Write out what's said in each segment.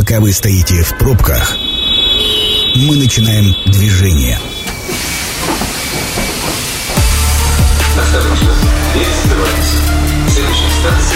Пока вы стоите в пробках, мы начинаем движение. Осторожно, дверь закрывается. Следующая станция.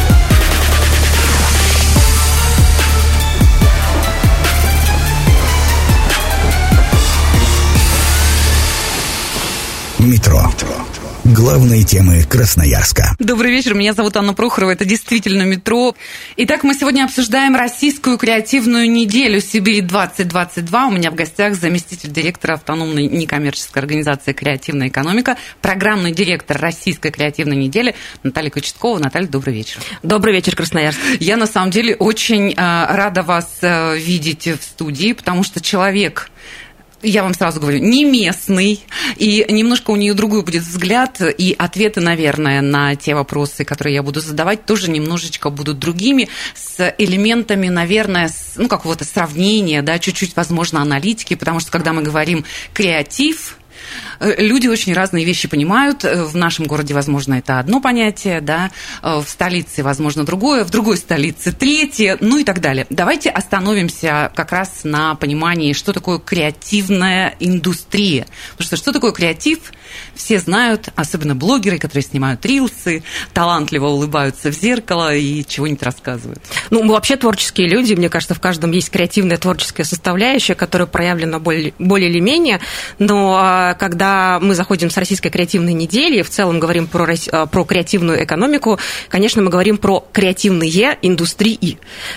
Метро. Главные темы Красноярска. Добрый вечер, меня зовут Анна Прохорова, это действительно «Метро». Итак, мы сегодня обсуждаем Российскую креативную неделю «Сибирь-2022». У меня в гостях заместитель директора автономной некоммерческой организации «Креативная экономика», программный директор Российской креативной недели Наталья Кочеткова. Наталья, добрый вечер. Добрый вечер, Красноярск. Я, на самом деле, очень рада вас видеть в студии, потому что человек... Я вам сразу говорю, не местный, и немножко у нее другой будет взгляд, и ответы, наверное, на те вопросы, которые я буду задавать, тоже немножечко будут другими, с элементами, наверное, какого-то сравнения, да, чуть-чуть, возможно, аналитики, потому что, когда мы говорим «креатив», люди очень разные вещи понимают. В нашем городе, возможно, это одно понятие, да, в столице, возможно, другое, в другой столице третье, ну и так далее. Давайте остановимся как раз на понимании, что такое креативная индустрия. Потому что такое креатив, все знают, особенно блогеры, которые снимают рилсы, талантливо улыбаются в зеркало и чего-нибудь рассказывают. Ну, мы вообще творческие люди, мне кажется, в каждом есть креативная творческая составляющая, которая проявлена более или менее, но когда мы заходим с Российской креативной недели и в целом говорим про креативную экономику, конечно, мы говорим про креативные индустрии.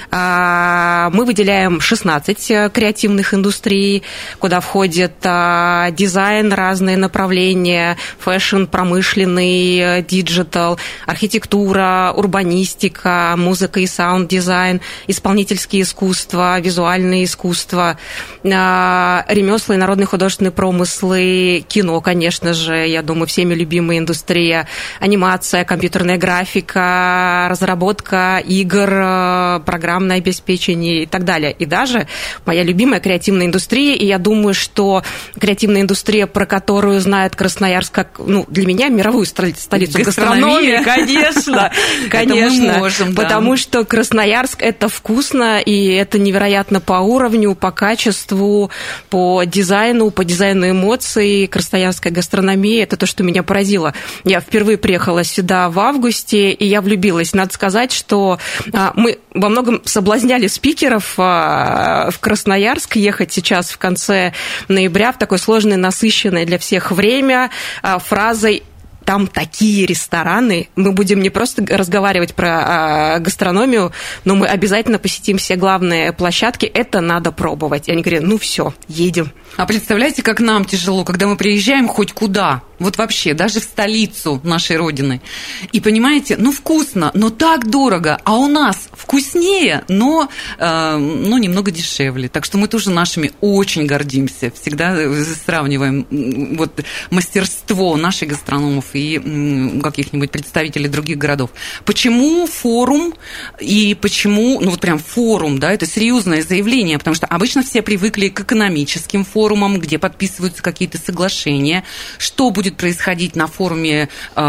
Мы выделяем 16 креативных индустрий, куда входит дизайн, разные направления, фэшн, промышленный, диджитал, архитектура, урбанистика, музыка и саунд-дизайн, исполнительские искусства, визуальные искусства, ремесла и народные художественные промыслы, кино, конечно же, я думаю, всеми любимая индустрия, анимация, компьютерная графика, разработка игр, программное обеспечение и так далее. И даже моя любимая креативная индустрия, и я думаю, что креативная индустрия, про которую знает Красноярск как, для меня, мировую столицу гастрономии, конечно, мы можем, потому что Красноярск – это вкусно, и это невероятно по уровню, по качеству, по дизайну эмоций. Красноярская гастрономия – это то, что меня поразило. Я впервые приехала сюда в августе, и я влюбилась. Надо сказать, что мы во многом соблазняли спикеров в Красноярск ехать сейчас в конце ноября в такое сложное, насыщенное для всех время фразой «там такие рестораны». Мы будем не просто разговаривать про гастрономию, но мы обязательно посетим все главные площадки. Это надо пробовать. И они говорят, все, едем. А представляете, как нам тяжело, когда мы приезжаем хоть куда, вот вообще, даже в столицу нашей Родины. И понимаете, вкусно, но так дорого, а у нас вкуснее, но немного дешевле. Так что мы тоже нашими очень гордимся, всегда сравниваем мастерство наших гастрономов и каких-нибудь представителей других городов. Почему форум и почему, прям форум, да, это серьезное заявление, потому что обычно все привыкли к экономическим форумам, где подписываются какие-то соглашения. Что будет происходить на форуме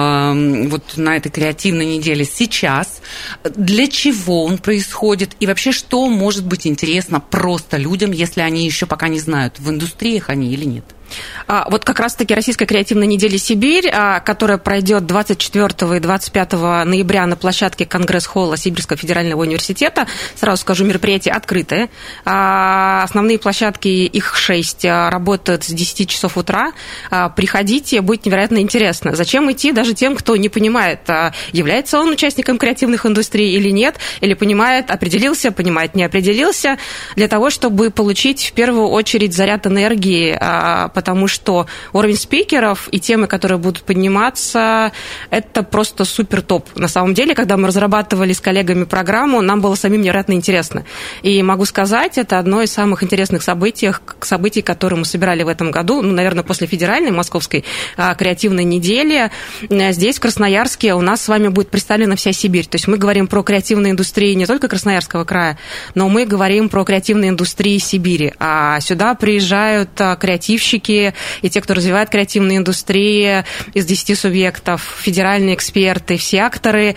на этой креативной неделе сейчас? Для чего он происходит? И вообще, что может быть интересно просто людям, если они еще пока не знают, в индустриях они или нет? Вот как раз-таки Российская креативная неделя «Сибирь», которая пройдет 24 и 25 ноября на площадке Конгресс-холла Сибирского федерального университета. Сразу скажу, мероприятие открытое. Основные площадки, их 6, работают с 10 часов утра. Приходите, будет невероятно интересно. Зачем идти даже тем, кто не понимает, является он участником креативных индустрий или нет, или понимает, определился, понимает, не определился, для того, чтобы получить в первую очередь заряд энергии, потому что уровень спикеров и темы, которые будут подниматься, это просто супер топ. На самом деле, когда мы разрабатывали с коллегами программу, нам было самим невероятно интересно. И могу сказать, это одно из самых интересных событий, которые мы собирали в этом году, наверное, после федеральной московской креативной недели. Здесь, в Красноярске, у нас с вами будет представлена вся Сибирь. То есть мы говорим про креативные индустрии не только Красноярского края, но мы говорим про креативные индустрии Сибири. А сюда приезжают креативщики, аналитики, и те, кто развивает креативные индустрии из 10 субъектов, федеральные эксперты, все акторы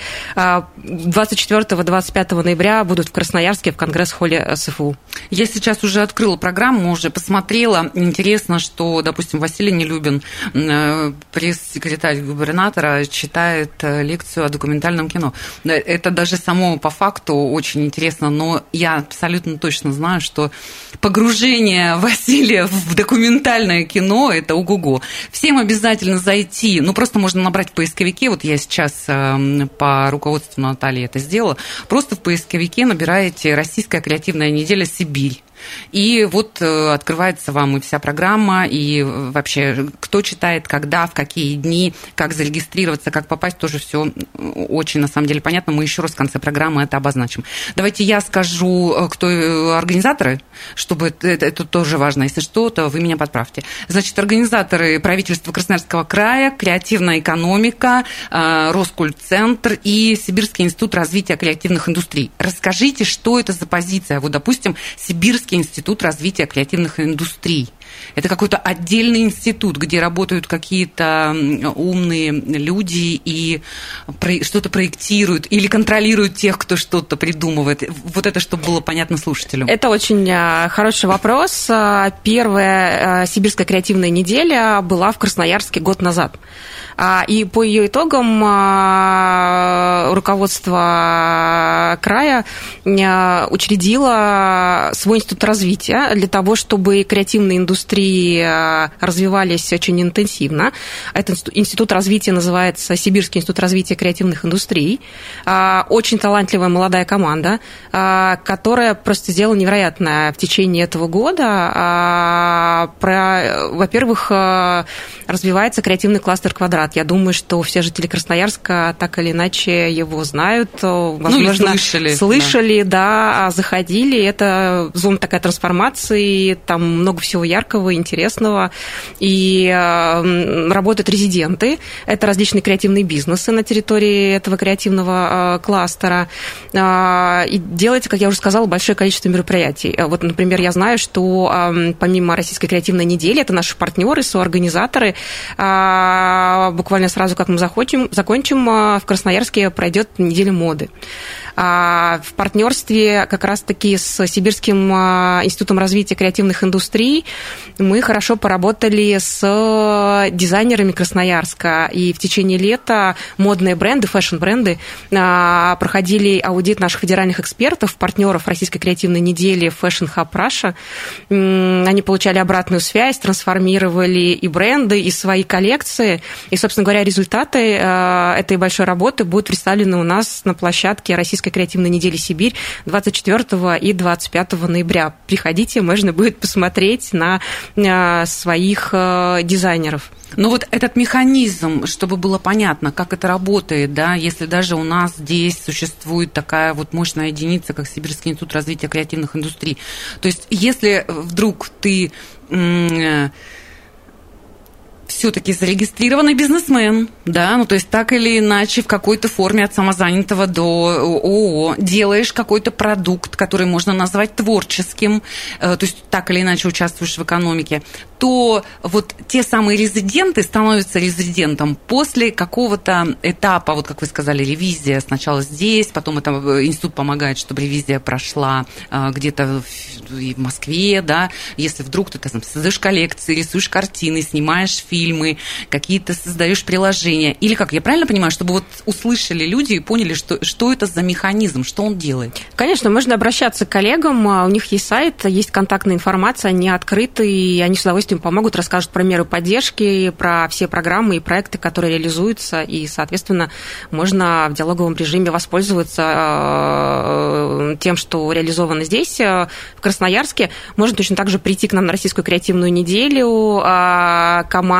24-25 ноября будут в Красноярске в Конгресс-холле СФУ. Я сейчас уже открыла программу, уже посмотрела. Интересно, что, допустим, Василий Нелюбин, пресс-секретарь губернатора, читает лекцию о документальном кино. Это даже само по факту очень интересно, но я абсолютно точно знаю, что погружение Василия в документальное кино – это ого-го. Всем обязательно зайти, просто можно набрать в поисковике, вот я сейчас по руководству Натальи это сделала, просто в поисковике набираете «Российская креативная неделя. Сибирь». И вот открывается вам и вся программа, и вообще, кто читает, когда, в какие дни, как зарегистрироваться, как попасть, тоже все очень, на самом деле, понятно. Мы еще раз в конце программы это обозначим. Давайте я скажу, кто организаторы, чтобы это тоже важно. Если что, то вы меня подправьте. Значит, организаторы правительства Красноярского края, креативная экономика, Роскультцентр и Сибирский институт развития креативных индустрий. Расскажите, что это за позиция? Вот, допустим, Сибирский институт развития креативных индустрий. Это какой-то отдельный институт, где работают какие-то умные люди и что-то проектируют или контролируют тех, кто что-то придумывает. Вот это, чтобы было понятно слушателю. Это очень хороший вопрос. Первая Сибирская креативная неделя была в Красноярске год назад. И по ее итогам руководство края учредило свой институт развития для того, чтобы креативные индустрии развивались очень интенсивно. Этот институт развития называется Сибирский институт развития креативных индустрий. Очень талантливая молодая команда, которая просто сделала невероятное в течение этого года. Во-первых, развивается креативный кластер «Квадрат». Я думаю, что все жители Красноярска так или иначе его знают, возможно, слышали, да, заходили. Это зона такая трансформации, там много всего яркого, интересного. И работают резиденты. Это различные креативные бизнесы на территории этого креативного кластера. И делается, как я уже сказала, большое количество мероприятий. Вот, например, я знаю, что помимо Российской креативной недели, это наши партнеры, соорганизаторы, буквально сразу, как мы закончим, в Красноярске пройдет неделя моды. В партнерстве как раз-таки с Сибирским институтом развития креативных индустрий мы хорошо поработали с дизайнерами Красноярска. И в течение лета модные бренды, фэшн-бренды проходили аудит наших федеральных экспертов, партнеров Российской креативной недели Fashion Hub Russia. Они получали обратную связь, трансформировали и бренды, и свои коллекции. И, собственно говоря, результаты этой большой работы будут представлены у нас на площадке Российской креативной недели «Сибирь» 24 и 25 ноября. Приходите, можно будет посмотреть на своих дизайнеров. Но вот этот механизм, чтобы было понятно, как это работает, да, если даже у нас здесь существует такая вот мощная единица, как Сибирский институт развития креативных индустрий. То есть, если вдруг ты все-таки зарегистрированный бизнесмен, да, то есть так или иначе в какой-то форме от самозанятого до ООО делаешь какой-то продукт, который можно назвать творческим, то есть так или иначе участвуешь в экономике, то вот те самые резиденты становятся резидентом после какого-то этапа, вот как вы сказали, ревизия сначала здесь, потом это институт помогает, чтобы ревизия прошла где-то в Москве, да, если вдруг ты там создаешь коллекции, рисуешь картины, снимаешь фильмы, какие-то создаешь приложения, или как, я правильно понимаю, чтобы вот услышали люди и поняли, что это за механизм, что он делает? Конечно, можно обращаться к коллегам, у них есть сайт, есть контактная информация, они открыты, и они с удовольствием помогут, расскажут про меры поддержки, про все программы и проекты, которые реализуются, и, соответственно, можно в диалоговом режиме воспользоваться тем, что реализовано здесь, в Красноярске. Можно точно так же прийти к нам на Российскую креативную неделю. Команда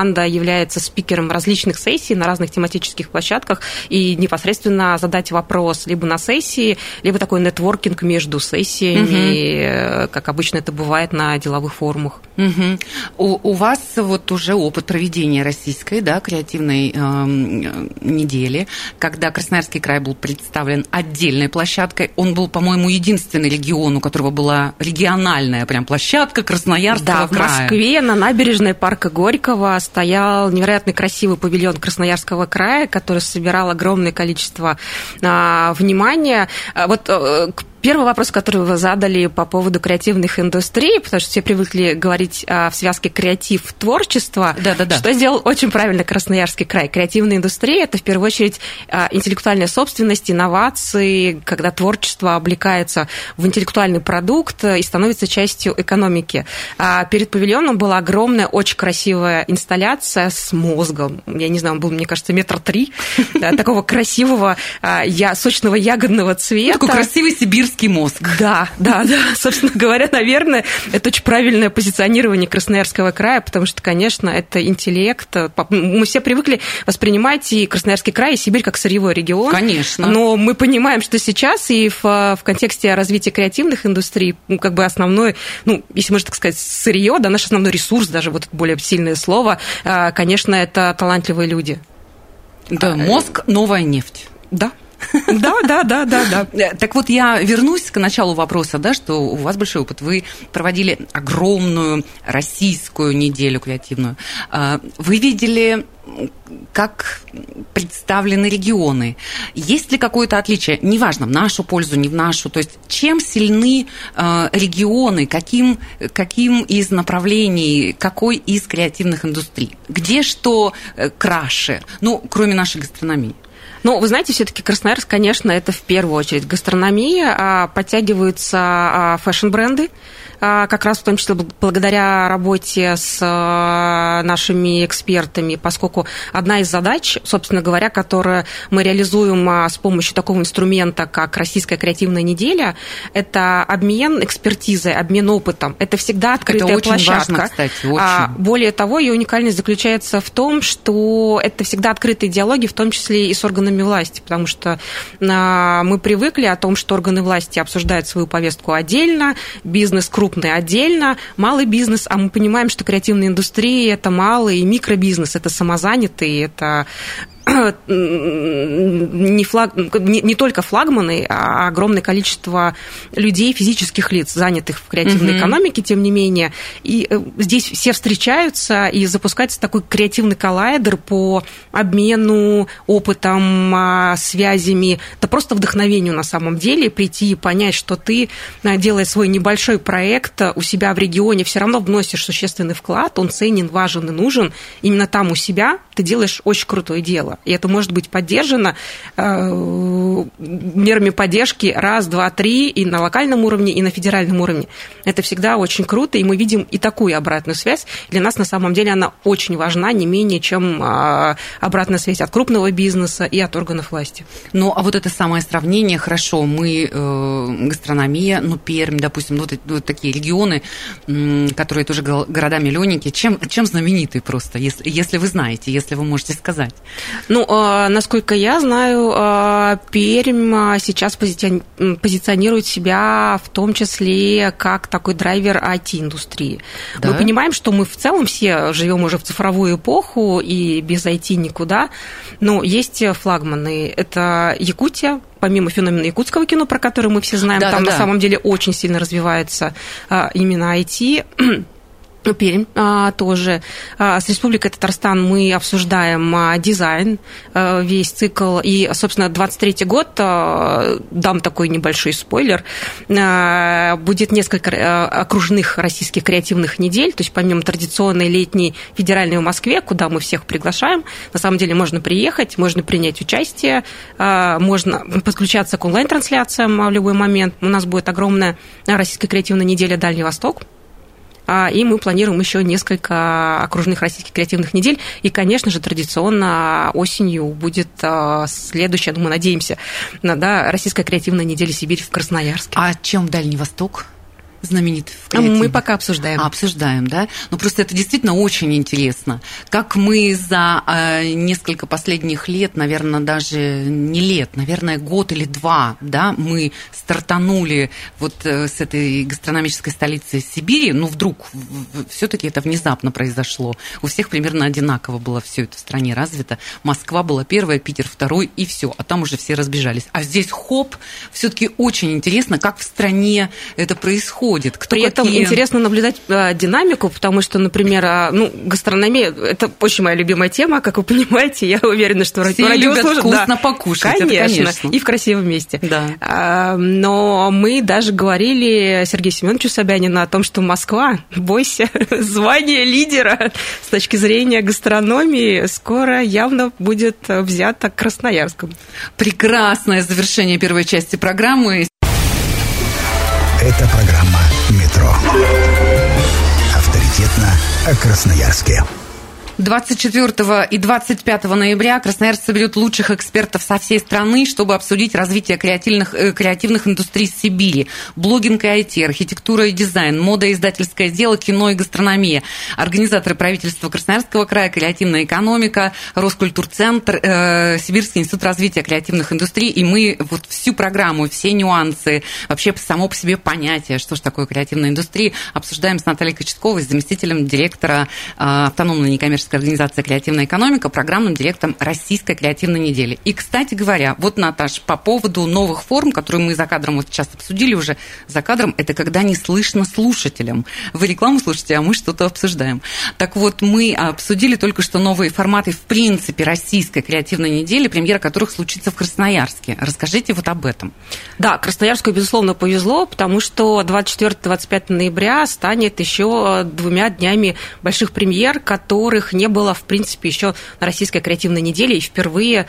команда является спикером различных сессий на разных тематических площадках и непосредственно задать вопрос либо на сессии, либо такой нетворкинг между сессиями, как обычно это бывает на деловых форумах. У вас вот уже опыт проведения российской, да, креативной недели, когда Красноярский край был представлен отдельной площадкой. Он был, по-моему, единственный регион, у которого была региональная прям площадка Красноярского края. Да, в Москве на набережной парка Горького стоял невероятно красивый павильон Красноярского края, который собирал огромное количество внимания. Вот первый вопрос, который вы задали по поводу креативных индустрий, потому что все привыкли говорить в связке креатив-творчество, что сделал очень правильно Красноярский край. Креативная индустрия – это, в первую очередь, интеллектуальная собственность, инновации, когда творчество облекается в интеллектуальный продукт и становится частью экономики. Перед павильоном была огромная, очень красивая инсталляция с мозгом. Я не знаю, он был, мне кажется, 3 метра, такого красивого, сочного ягодного цвета. Такой красивый сибирский мозг. Да. Собственно говоря, наверное, это очень правильное позиционирование Красноярского края, потому что, конечно, это интеллект. Мы все привыкли воспринимать и Красноярский край, и Сибирь как сырьевой регион. Конечно. Но мы понимаем, что сейчас и в контексте развития креативных индустрий, как бы основной, если можно так сказать, сырье, да, наш основной ресурс, даже вот это более сильное слово, конечно, это талантливые люди. Да, мозг – новая нефть. Да. Да. Так вот, я вернусь к началу вопроса, да, что у вас большой опыт. Вы проводили огромную российскую неделю креативную. Вы видели, как представлены регионы. Есть ли какое-то отличие? Неважно, в нашу пользу, не в нашу. То есть чем сильны регионы, каким из направлений, какой из креативных индустрий? Где что краше? Кроме нашей гастрономии. Вы знаете, все-таки Красноярск, конечно, это в первую очередь гастрономия, подтягиваются фэшн-бренды, как раз в том числе благодаря работе с нашими экспертами, поскольку одна из задач, собственно говоря, которую мы реализуем с помощью такого инструмента, как Российская креативная неделя, это обмен экспертизой, обмен опытом. Это всегда открытая это очень площадка. Важно, кстати, очень. Более того, ее уникальность заключается в том, что это всегда открытые диалоги, в том числе и с органами власти, потому что мы привыкли о том, что органы власти обсуждают свою повестку отдельно, бизнес крупный отдельно, малый бизнес, а мы понимаем, что креативная индустрия – это малый и микробизнес, это самозанятые, это не только флагманы, а огромное количество людей, физических лиц, занятых в креативной экономике, тем не менее. И здесь все встречаются, и запускается такой креативный коллайдер по обмену опытом, связями, да просто вдохновению на самом деле, прийти и понять, что ты, делая свой небольшой проект у себя в регионе, все равно вносишь существенный вклад, он ценен, важен и нужен. Именно там у себя ты делаешь очень крутое дело. И это может быть поддержано мерами поддержки 1, 2, 3 и на локальном уровне, и на федеральном уровне. Это всегда очень круто, и мы видим и такую обратную связь. Для нас на самом деле она очень важна, не менее, чем обратная связь от крупного бизнеса и от органов власти. А вот это самое сравнение, хорошо, мы гастрономия, Пермь, допустим, вот такие регионы, которые тоже города-миллионники, чем знамениты просто, если вы знаете, если вы можете сказать? Насколько я знаю, Пермь сейчас позиционирует себя в том числе как такой драйвер IT-индустрии. Да? Мы понимаем, что мы в целом все живем уже в цифровую эпоху, и без IT никуда, но есть флагманы. Это Якутия, помимо феномена якутского кино, про который мы все знаем, на самом деле очень сильно развивается именно IT. Пермь тоже. С Республикой Татарстан мы обсуждаем дизайн, весь цикл. И, собственно, 23-й год, дам такой небольшой спойлер, будет несколько окружных российских креативных недель. То есть помимо традиционной летней федеральной в Москве, куда мы всех приглашаем, на самом деле можно приехать, можно принять участие, можно подключаться к онлайн-трансляциям в любой момент. У нас будет огромная российская креативная неделя «Дальний Восток». И мы планируем еще несколько окружных российских креативных недель. И, конечно же, традиционно осенью будет следующая, мы надеемся, Российская креативная неделя «Сибирь» в Красноярске. А чем Дальний Восток? знаменит в креативе? Мы пока обсуждаем. Обсуждаем, да? Ну, просто это действительно очень интересно. Как мы за несколько последних лет, наверное, даже не лет, наверное, год или два, да, мы стартанули вот с этой гастрономической столицы Сибири, ну, вдруг все-таки это внезапно произошло. У всех примерно одинаково было все это в стране развито. Москва была первая, Питер второй, и все. А там уже все разбежались. А здесь хоп, все-таки очень интересно, как в стране это происходит. При этом интересно наблюдать динамику, потому что, например, гастрономия – это очень моя любимая тема, как вы понимаете. Я уверена, что все любят вкусно покушать. Конечно, и в красивом месте. Да. Но мы даже говорили Сергею Семеновичу Собянину о том, что Москва, бойся, звание лидера с точки зрения гастрономии скоро явно будет взято Красноярском. Прекрасное завершение первой части программы. Это программа «Метро». Авторитетно о Красноярске. 24 и 25 ноября Красноярск соберет лучших экспертов со всей страны, чтобы обсудить развитие креативных индустрий Сибири. Блогинг и IT, архитектура и дизайн, мода и издательское дело, кино и гастрономия. Организаторы правительства Красноярского края, креативная экономика, Роскультурцентр, Сибирский институт развития креативных индустрий. И мы вот всю программу, все нюансы, вообще само по себе понятие, что же такое креативная индустрия, обсуждаем с Натальей Кочетковой, заместителем директора автономной некоммерческой организация «Креативная экономика», программным директором Российской креативной недели. И, кстати говоря, вот, Наташ, по поводу новых форм, которые мы за кадром вот сейчас обсудили уже, за кадром это когда не слышно слушателям. Вы рекламу слушаете, а мы что-то обсуждаем. Так вот, мы обсудили только что новые форматы, в принципе, Российской креативной недели, премьера которых случится в Красноярске. Расскажите вот об этом. Да, Красноярску, безусловно, повезло, потому что 24-25 ноября станет еще 2 днями больших премьер, которых не было, в принципе, еще на Российской креативной неделе, и впервые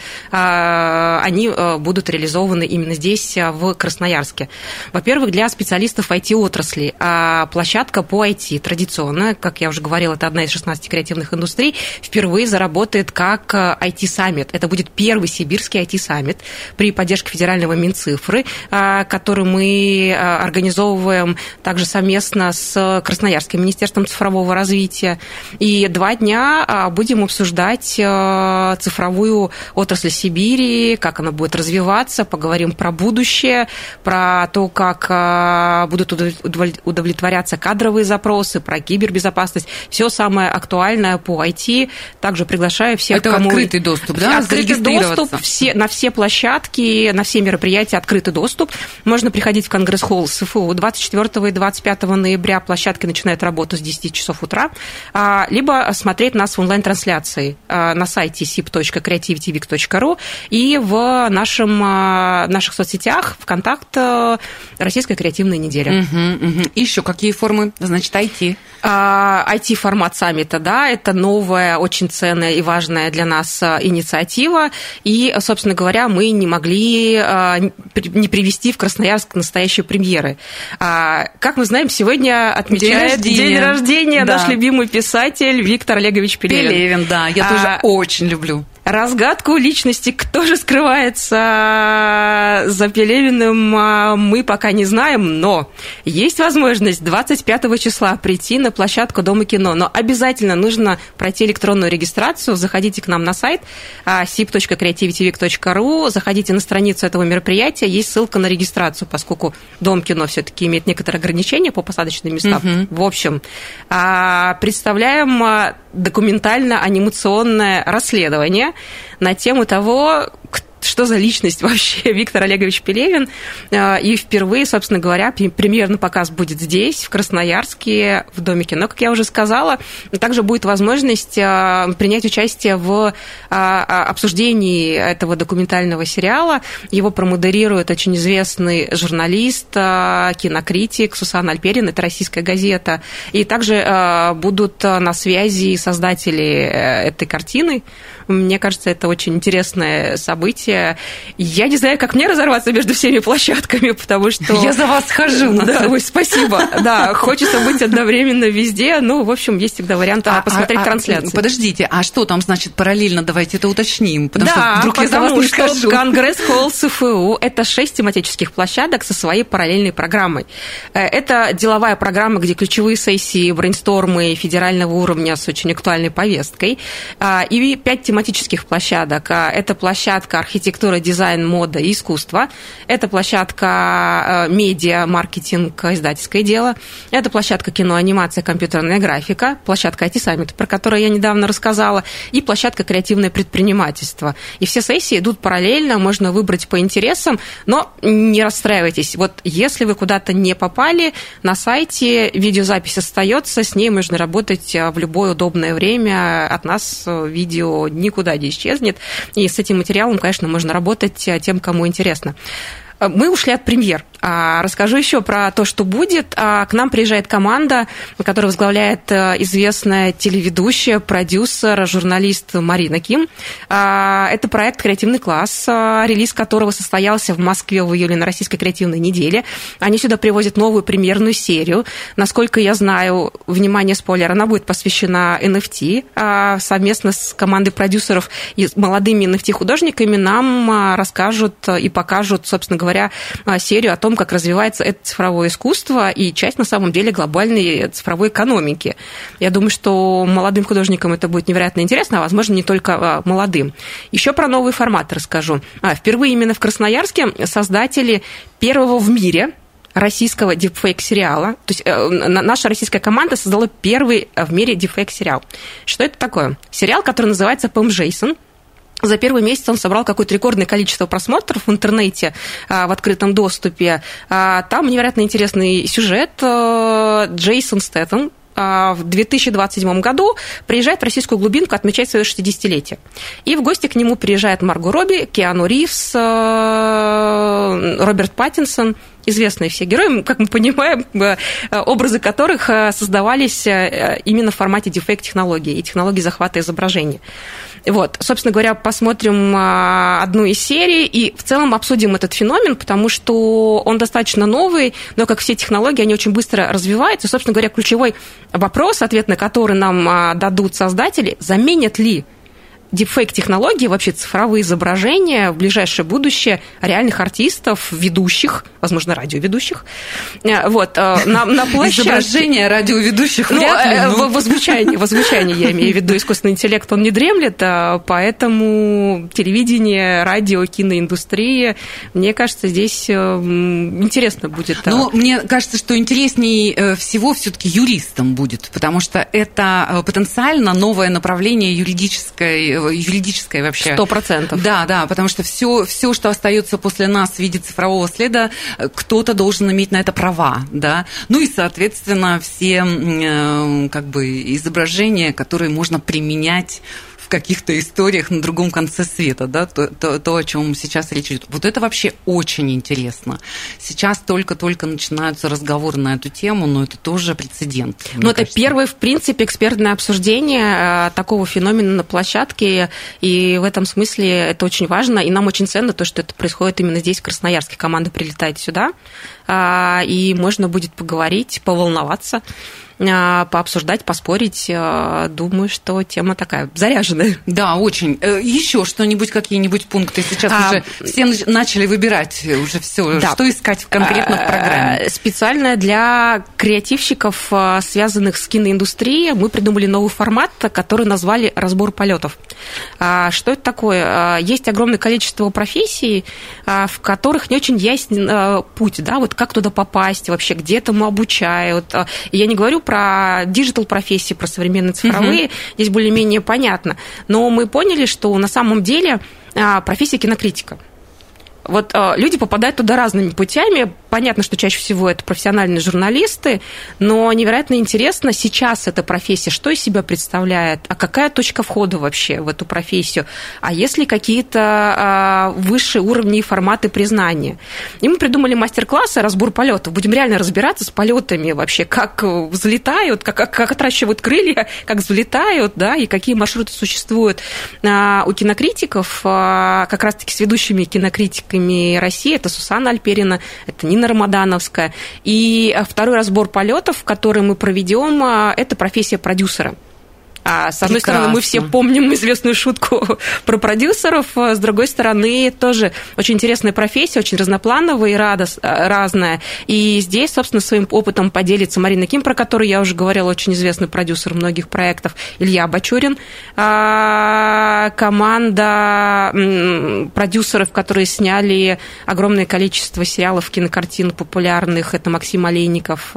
они будут реализованы именно здесь, в Красноярске. Во-первых, для специалистов IT-отрасли площадка по IT традиционная, как я уже говорила, это одна из 16 креативных индустрий, впервые заработает как IT-саммит. Это будет первый сибирский IT-саммит при поддержке федерального Минцифры, который мы организовываем также совместно с Красноярским министерством цифрового развития. И 2 дня будем обсуждать цифровую отрасль Сибири, как она будет развиваться, поговорим про будущее, про то, как будут удовлетворяться кадровые запросы, про кибербезопасность, все самое актуальное по IT. Также приглашаю всех, это кому... открытый доступ, да? Открытый доступ на все площадки, на все мероприятия открытый доступ. Можно приходить в Конгресс-холл СФУ 24 и 25 ноября. Площадки начинают работу с 10 часов утра. Либо смотреть нас в онлайн-трансляции на сайте sip.creativityweek.ru и в наших соцсетях ВКонтакте «Российская креативная неделя». Еще какие формы? Значит, IT. IT-формат саммита, да, это новая, очень ценная и важная для нас инициатива. И, собственно говоря, мы не могли не привести в Красноярск настоящие премьеры. Как мы знаем, сегодня отмечает день рождения да. наш любимый писатель Виктор Олегович Пелевин. Пелевин, да, я тоже очень люблю. Разгадку личности, кто же скрывается за Пелевиным, мы пока не знаем, но есть возможность 25 числа прийти на площадку Дома кино. Но обязательно нужно пройти электронную регистрацию. Заходите к нам на сайт sip.creativityweek.ru, заходите на страницу этого мероприятия, есть ссылка на регистрацию, поскольку Дом кино все-таки имеет некоторые ограничения по посадочным местам. В общем, представляем документально-анимационное расследование на тему того, что за личность вообще Виктор Олегович Пелевин. И впервые, собственно говоря, премьерный показ будет здесь, в Красноярске, в Доме кино, как я уже сказала. Также будет возможность принять участие в обсуждении этого документального сериала. Его промодерирует очень известный журналист, кинокритик Сусанна Альперин, это «Российская газета». И также будут на связи создатели этой картины. Мне кажется, это очень интересное событие. Я не знаю, как мне разорваться между всеми площадками, потому что... Я за вас хожу. Да, ой, спасибо. Да, хочется быть одновременно везде. Ну, в общем, есть всегда вариант посмотреть трансляцию. Подождите, а что там, значит, параллельно? Давайте это уточним. Потому что вдруг я за вас не скажу. Конгресс-холл СФУ – это 6 тематических площадок со своей параллельной программой. Это деловая программа, где ключевые сессии, брейнстормы федерального уровня с очень актуальной повесткой. И 5 тематических площадок. Это площадка архитектура, дизайн, мода и искусство. Это площадка медиа, маркетинг, издательское дело. Это площадка кино, анимация, компьютерная графика. Площадка IT-саммит, про которую я недавно рассказала. И площадка креативное предпринимательство. И все сессии идут параллельно, можно выбрать по интересам, но не расстраивайтесь. Вот если вы куда-то не попали, на сайте видеозапись остается, с ней можно работать в любое удобное время. От нас видео никуда не исчезнет. И с этим материалом, конечно, можно работать тем, кому интересно. Мы ушли от премьер. Расскажу еще про то, что будет. К нам приезжает команда, которую возглавляет известная телеведущая, продюсер, журналист Марина Ким. Это проект «Креативный класс», релиз которого состоялся в Москве в июле на Российской креативной неделе. Они сюда привозят новую премьерную серию. Насколько я знаю, внимание, спойлер, она будет посвящена NFT. Совместно с командой продюсеров и молодыми NFT-художниками нам расскажут и покажут, собственно говоря, серию о том, как развивается это цифровое искусство и часть, на самом деле, глобальной цифровой экономики. Я думаю, что молодым художникам это будет невероятно интересно, а, возможно, не только молодым. Еще про новые форматы расскажу. Впервые именно в Красноярске создатели первого в мире российского дипфейк-сериала. То есть наша российская команда создала первый в мире дипфейк-сериал. Что это такое? Сериал, который называется «Пэм Джейсон». За первый месяц он собрал какое-то рекордное количество просмотров в интернете, в открытом доступе. Там невероятно интересный сюжет. Джейсон Стэттем в 2027 году приезжает в российскую глубинку отмечать свое 60-летие. И в гости к нему приезжает Марго Робби, Киану Ривз, Роберт Паттинсон. Известные все герои, как мы понимаем, образы которых создавались именно в формате дипфейк-технологии и технологии захвата изображения. Вот, собственно говоря, посмотрим одну из серий и в целом обсудим этот феномен, потому что он достаточно новый, но, как все технологии, они очень быстро развиваются. И, собственно говоря, ключевой вопрос, ответ на который нам дадут создатели, заменят ли дипфейк-технологии, вообще цифровые изображения в ближайшее будущее реальных артистов, ведущих, возможно, радиоведущих, вот, на площадке. Изображения радиоведущих вряд ли. Возвучание, я имею в виду, искусственный интеллект, он не дремлет, поэтому телевидение, радио, киноиндустрия, мне кажется, здесь интересно будет. Но мне кажется, что интереснее всего все-таки юристам будет, потому что это потенциально новое направление юридическое вообще. 100%. Да, потому что все, что остается после нас в виде цифрового следа, кто-то должен иметь на это права, да. Ну и, соответственно, все как бы изображения, которые можно применять в каких-то историях на другом конце света, да, то, о чем сейчас речь идет. Вот это вообще очень интересно. Сейчас только-только начинаются разговоры на эту тему, но это тоже прецедент. Ну, это первое, в принципе, экспертное обсуждение такого феномена на площадке, и в этом смысле это очень важно, и нам очень ценно то, что это происходит именно здесь, в Красноярске. Команда прилетает сюда, и можно будет поговорить, поволноваться, пообсуждать, поспорить. Думаю, что тема такая заряженная. Да, очень. Еще что-нибудь, какие-нибудь пункты? Сейчас уже все начали выбирать уже все, да. Что искать конкретно в программе. Специально для креативщиков, связанных с киноиндустрией, мы придумали новый формат, который назвали «Разбор полетов». Что это такое? Есть огромное количество профессий, в которых не очень ясен путь, да, вот как туда попасть вообще, где этому обучают. Я не говорю про диджитал-профессии, про современные цифровые, здесь более-менее понятно. Но мы поняли, что на самом деле профессия кинокритика. Вот люди попадают туда разными путями, Понятно, что чаще всего это профессиональные журналисты, но невероятно интересно сейчас эта профессия, что из себя представляет, а какая точка входа вообще в эту профессию, а есть ли какие-то высшие уровни и форматы признания. И мы придумали мастер-классы «Разбор полетов». Будем реально разбираться с полетами вообще, как взлетают, как отращивают крылья, как взлетают, да, и какие маршруты существуют у кинокритиков, как раз-таки с ведущими кинокритиками России. Это Сусанна Альперина, это Нина Рамадановская. И второй разбор полетов, который мы проведем, это профессия продюсера. С одной стороны, мы все помним известную шутку про продюсеров, с другой стороны, тоже очень интересная профессия, очень разноплановая и разная. И здесь, собственно, своим опытом поделится Марина Ким, про которую я уже говорила, очень известный продюсер многих проектов, Илья Бачурин, команда продюсеров, которые сняли огромное количество сериалов, кинокартин популярных, это Максим Олейников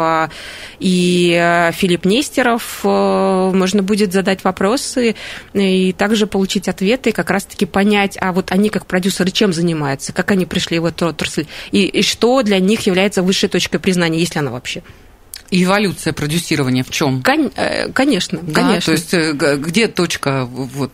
и Филипп Нестеров. Можно будет задать вопросы и также получить ответы, как раз-таки понять, а вот они как продюсеры чем занимаются, как они пришли в эту отрасль, и что для них является высшей точкой признания, есть ли она вообще. И эволюция продюсирования в чем? Конечно, да, конечно. То есть где точка вот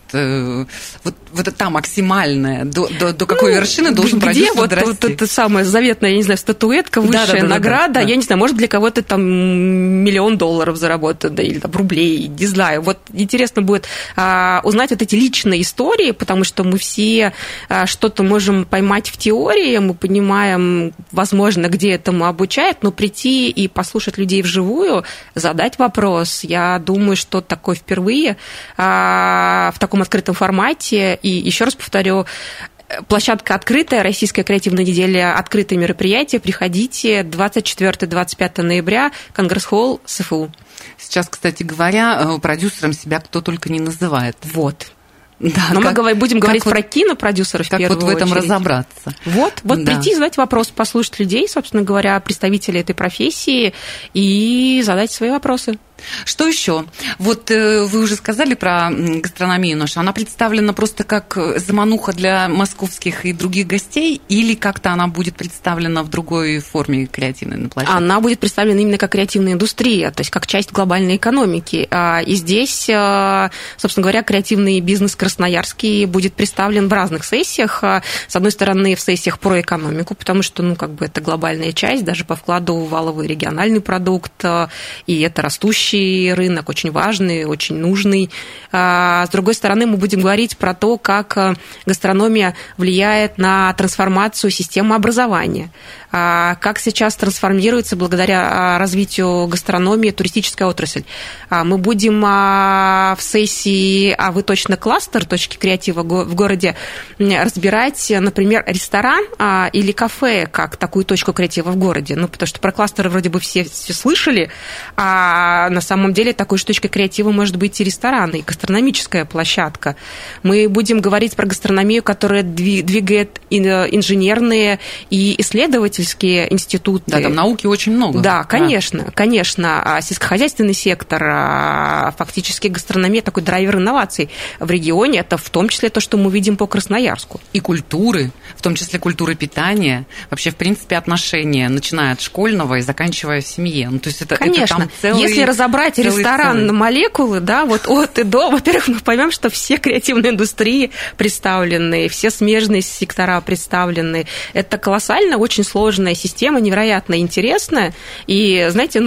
та максимальная, до какой вершины должен продюсер дорасти? Где вот эта самая заветная, я не знаю, статуэтка, высшая награда, я не знаю, может, для кого-то там $1 миллион заработать, да, или там рублей, не знаю. Вот интересно будет узнать вот эти личные истории, потому что мы все что-то можем поймать в теории, мы понимаем, возможно, где этому обучают, но прийти и послушать людей вживую, задать вопрос. Я думаю, что такое впервые в таком открытом формате. И еще раз повторю, площадка открытая, Российская креативная неделя, открытое мероприятие. Приходите 24-25 ноября, Конгресс-холл СФУ. Сейчас, кстати говоря, продюсером себя кто только не называет. Вот. Да, но мы будем говорить про кинопродюсеров в первую очередь. Как вот в этом разобраться. Вот да. Прийти, задать вопрос, послушать людей, собственно говоря, представителей этой профессии и задать свои вопросы. Что еще? Вот вы уже сказали про гастрономию нашу. Она представлена просто как замануха для московских и других гостей, или как-то она будет представлена в другой форме креативной на площадке? Она будет представлена именно как креативная индустрия, то есть как часть глобальной экономики. И здесь, собственно говоря, креативный бизнес красноярский будет представлен в разных сессиях. С одной стороны, в сессиях про экономику, потому что, это глобальная часть, даже по вкладу в валовый региональный продукт, и это растущий рынок, очень важный, очень нужный. С другой стороны, мы будем говорить про то, как гастрономия влияет на трансформацию системы образования, как сейчас трансформируется благодаря развитию гастрономии туристическая отрасль. Мы будем в сессии «А вы точно кластер. Точки креатива в городе» разбирать, например, ресторан или кафе как такую точку креатива в городе. Потому что про кластеры вроде бы все слышали, а на самом деле такой же точкой креатива может быть и ресторан, и гастрономическая площадка. Мы будем говорить про гастрономию, которая двигает инженерные и исследовательские институты. Да, там науки очень много. Да, конечно. Сельскохозяйственный сектор, фактически гастрономия, такой драйвер инноваций в регионе, это в том числе то, что мы видим по Красноярску. И культуры, в том числе культуры питания, вообще, в принципе, отношения, начиная от школьного и заканчивая в семье. То есть конечно. Это там целый, если разобрать ресторан на молекулы, да, вот от и до, во-первых, мы поймем, что все креативные индустрии представлены, все смежные сектора представлены. Это колоссально, очень сложная система, невероятно интересная. И, знаете,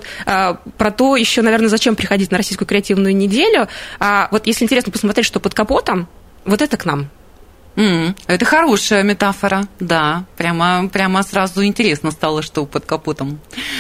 про то еще, наверное, зачем приходить на Российскую креативную неделю. Вот если интересно посмотреть, что под капотом, вот это к нам. Это хорошая метафора, да, прямо сразу интересно стало, что под капотом.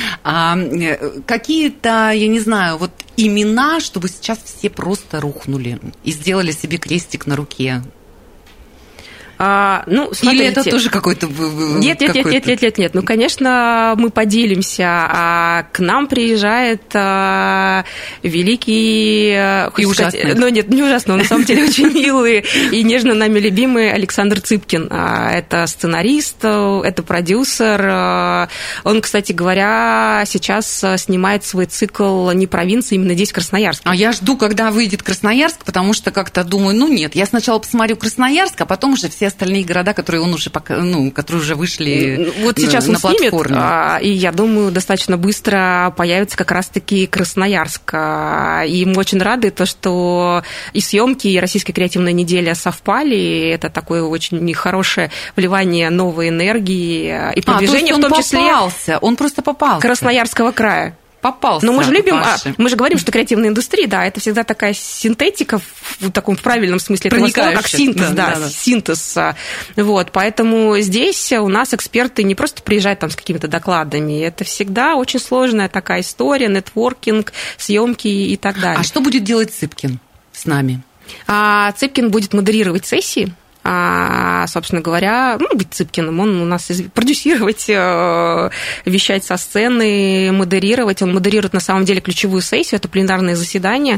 Какие-то, я не знаю, имена, чтобы сейчас все просто рухнули и сделали себе крестик на руке. Смотрите. Или это тоже какой-то... Нет. Конечно, мы поделимся. К нам приезжает великий... И ужасный. Не ужасный, он на самом деле очень милый и нежно нами любимый Александр Цыпкин. Это сценарист, это продюсер. Он, кстати говоря, сейчас снимает свой цикл не провинции, именно здесь, в Красноярске. А я жду, когда выйдет Красноярск, потому что как-то думаю, нет, я сначала посмотрю Красноярск, а потом уже все остальные города, которые он уже которые уже вышли вот сейчас на он снимет, платформе? И я думаю, достаточно быстро появится как раз-таки Красноярск. И мы очень рады, что и съемки, и Российская креативная неделя совпали. Это такое очень хорошее вливание новой энергии и продвижение, в том числе... Он просто попался. Красноярского края. Попался. Но мы же любим, мы же говорим, что креативная индустрия, да, это всегда такая синтетика в таком правильном смысле этого слова, как синтез, синтез. Вот, поэтому здесь у нас эксперты не просто приезжают там с какими-то докладами, это всегда очень сложная такая история, нетворкинг, съемки и так далее. А что будет делать Цыпкин с нами? Цыпкин будет модерировать сессии. Собственно говоря, быть Цыпкиным, он у нас продюсировать, вещать со сцены, модерировать. Он модерирует на самом деле ключевую сессию, это пленарное заседание,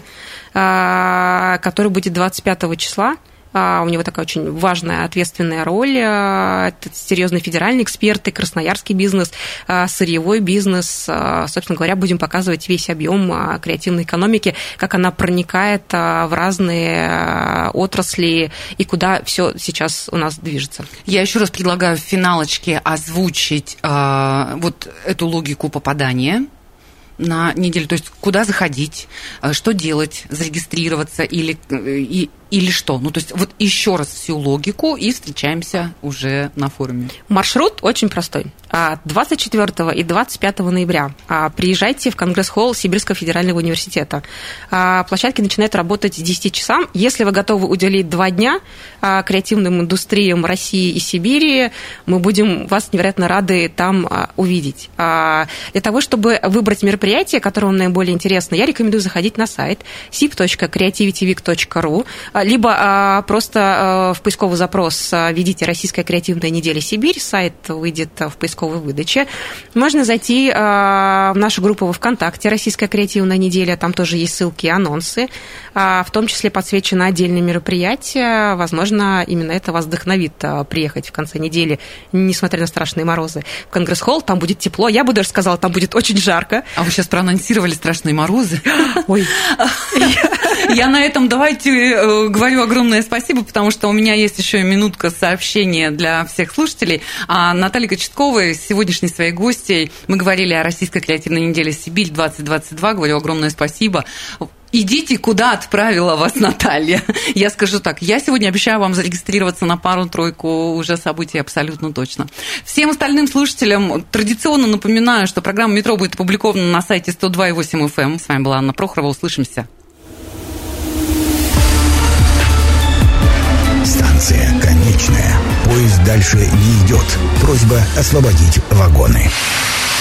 которое будет 25 числа. У него такая очень важная, ответственная роль. Это серьезные федеральные эксперты, красноярский бизнес, сырьевой бизнес. Собственно говоря, будем показывать весь объем креативной экономики, как она проникает в разные отрасли и куда все сейчас у нас движется. Я еще раз предлагаю в финалочке озвучить вот эту логику попадания на неделю, то есть куда заходить, что делать, зарегистрироваться или что. То есть вот еще раз всю логику и встречаемся уже на форуме. Маршрут очень простой. 24 и 25 ноября приезжайте в Конгресс-холл Сибирского федерального университета. Площадки начинают работать с 10 часам. Если вы готовы уделить 2 дня креативным индустриям России и Сибири, мы будем вас невероятно рады там увидеть. Для того, чтобы выбрать мероприятие, которое вам наиболее интересно, я рекомендую заходить на сайт sip.creativityweek.ru, либо просто в поисковый запрос введите «Российская креативная неделя Сибирь», сайт выйдет в поисковой выдаче. Можно зайти в нашу группу во ВКонтакте «Российская креативная неделя», там тоже есть ссылки и анонсы, в том числе подсвечено отдельные мероприятия. Возможно, именно это вас вдохновит приехать в конце недели, несмотря на страшные морозы, в Конгресс-холл, там будет тепло. Я бы даже сказала, там будет очень жарко. А вы сейчас проанонсировали страшные морозы. Ой. Я на этом давайте говорю огромное спасибо, потому что у меня есть еще и минутка сообщения для всех слушателей. Наталья Кочетковой, сегодняшней своей гостьей, мы говорили о Российской креативной неделе «Сибирь 2022». Говорю огромное спасибо. Идите, куда отправила вас Наталья. Я скажу так, я сегодня обещаю вам зарегистрироваться на пару-тройку уже событий абсолютно точно. Всем остальным слушателям традиционно напоминаю, что программа «Метро» будет опубликована на сайте 102.8 FM. С вами была Анна Прохорова. Услышимся. Станция конечная. Поезд дальше не идет. Просьба освободить вагоны.